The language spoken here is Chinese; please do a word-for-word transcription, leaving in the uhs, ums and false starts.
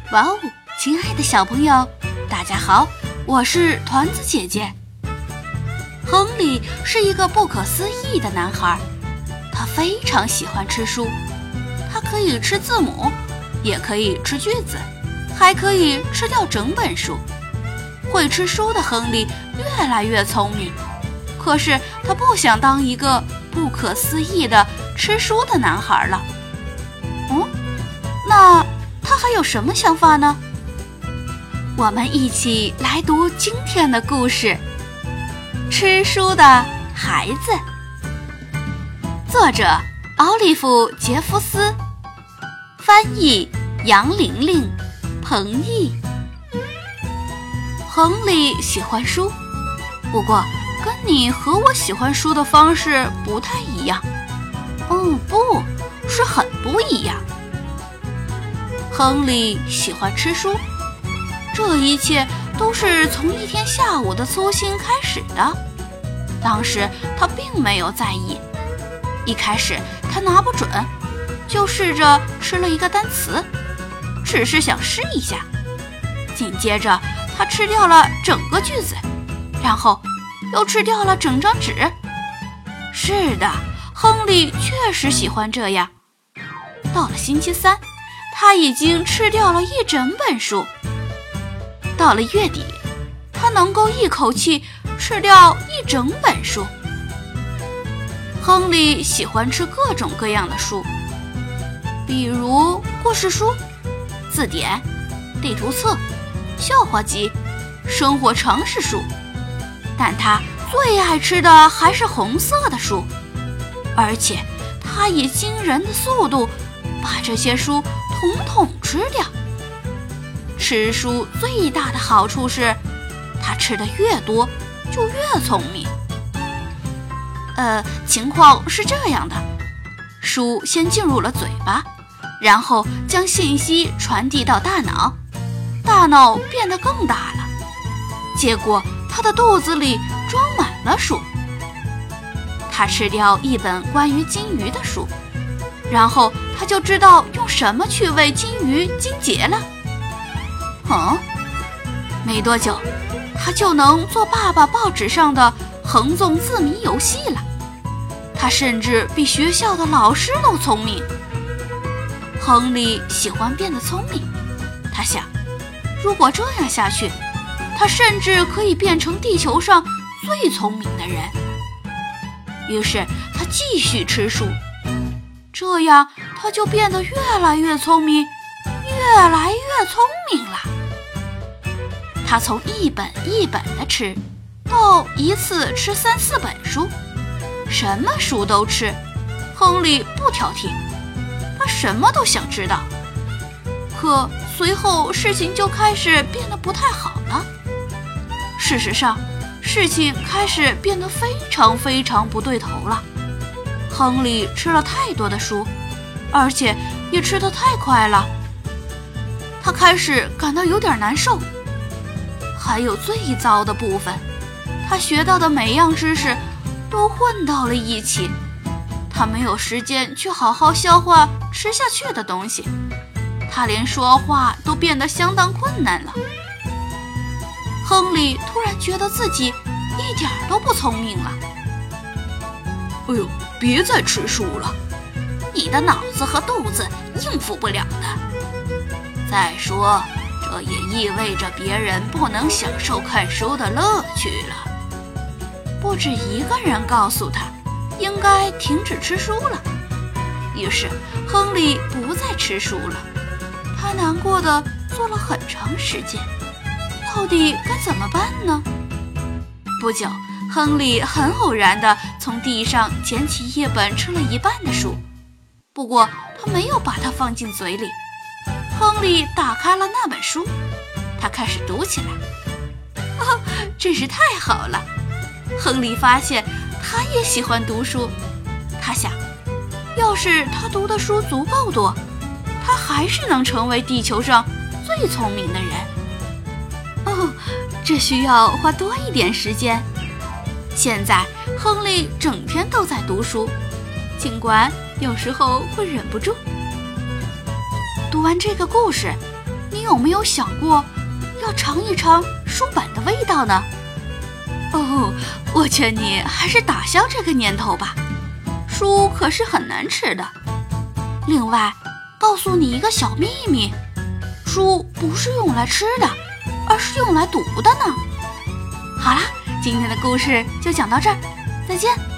哇哦，亲爱的小朋友，大家好，我是团子姐姐。亨利是一个不可思议的男孩，他非常喜欢吃书，他可以吃字母，也可以吃句子，还可以吃掉整本书。会吃书的亨利越来越聪明，可是他不想当一个不可思议的吃书的男孩了。嗯，那他还有什么想法呢？我们一起来读今天的故事《吃书的孩子》，作者奥利弗·杰夫斯，翻译杨玲玲、彭毅。亨利喜欢书，不过跟你和我喜欢书的方式不太一样。哦，不是很不一样。亨利喜欢吃书，这一切都是从一天下午的粗心开始的。当时他并没有在意，一开始他拿不准，就试着吃了一个单词，只是想试一下。紧接着他吃掉了整个句子，然后又吃掉了整张纸。是的，亨利确实喜欢这样。到了星期三，他已经吃掉了一整本书。到了月底，他能够一口气吃掉一整本书。亨利喜欢吃各种各样的书，比如故事书、字典、地图册、笑话集、生活常识书，但他最爱吃的还是红色的书，而且他以惊人的速度把这些书统统吃掉。吃书最大的好处是，他吃的越多就越聪明。呃，情况是这样的，书先进入了嘴巴，然后将信息传递到大脑，大脑变得更大了，结果他的肚子里装满了书。他吃掉一本关于金鱼的书，然后他就知道用什么去喂金鱼金结了。嗯，没多久，他就能做爸爸报纸上的横纵字谜游戏了。他甚至比学校的老师都聪明。亨利喜欢变得聪明，他想，如果这样下去，他甚至可以变成地球上最聪明的人。于是他继续吃书，这样他就变得越来越聪明，越来越聪明了。他从一本一本的吃，到一次吃三四本书，什么书都吃。亨利不挑剔，他什么都想知道。可随后事情就开始变得不太好了。事实上，事情开始变得非常非常不对头了。亨利吃了太多的书，而且也吃得太快了。他开始感到有点难受。还有最糟的部分，他学到的每样知识都混到了一起，他没有时间去好好消化吃下去的东西，他连说话都变得相当困难了。亨利突然觉得自己一点都不聪明了。哎呦，别再吃书了，你的脑子和肚子应付不了的。再说，这也意味着别人不能享受看书的乐趣了。不止一个人告诉他，应该停止吃书了。于是，亨利不再吃书了。他难过地坐了很长时间，到底该怎么办呢？不久，亨利很偶然地从地上捡起一本吃了一半的书，不过他没有把它放进嘴里。亨利打开了那本书，他开始读起来。哦，真是太好了！亨利发现他也喜欢读书。他想，要是他读的书足够多，他还是能成为地球上最聪明的人。哦，这需要花多一点时间。现在，亨利整天都在读书，尽管有时候会忍不住。读完这个故事， 你有没有想过要尝一尝书本的味道呢？哦，我劝你还是打消这个念头吧，书可是很难吃的。另外，告诉你一个小秘密，书不是用来吃的，而是用来读的呢。好啦，今天的故事就讲到这儿，再见。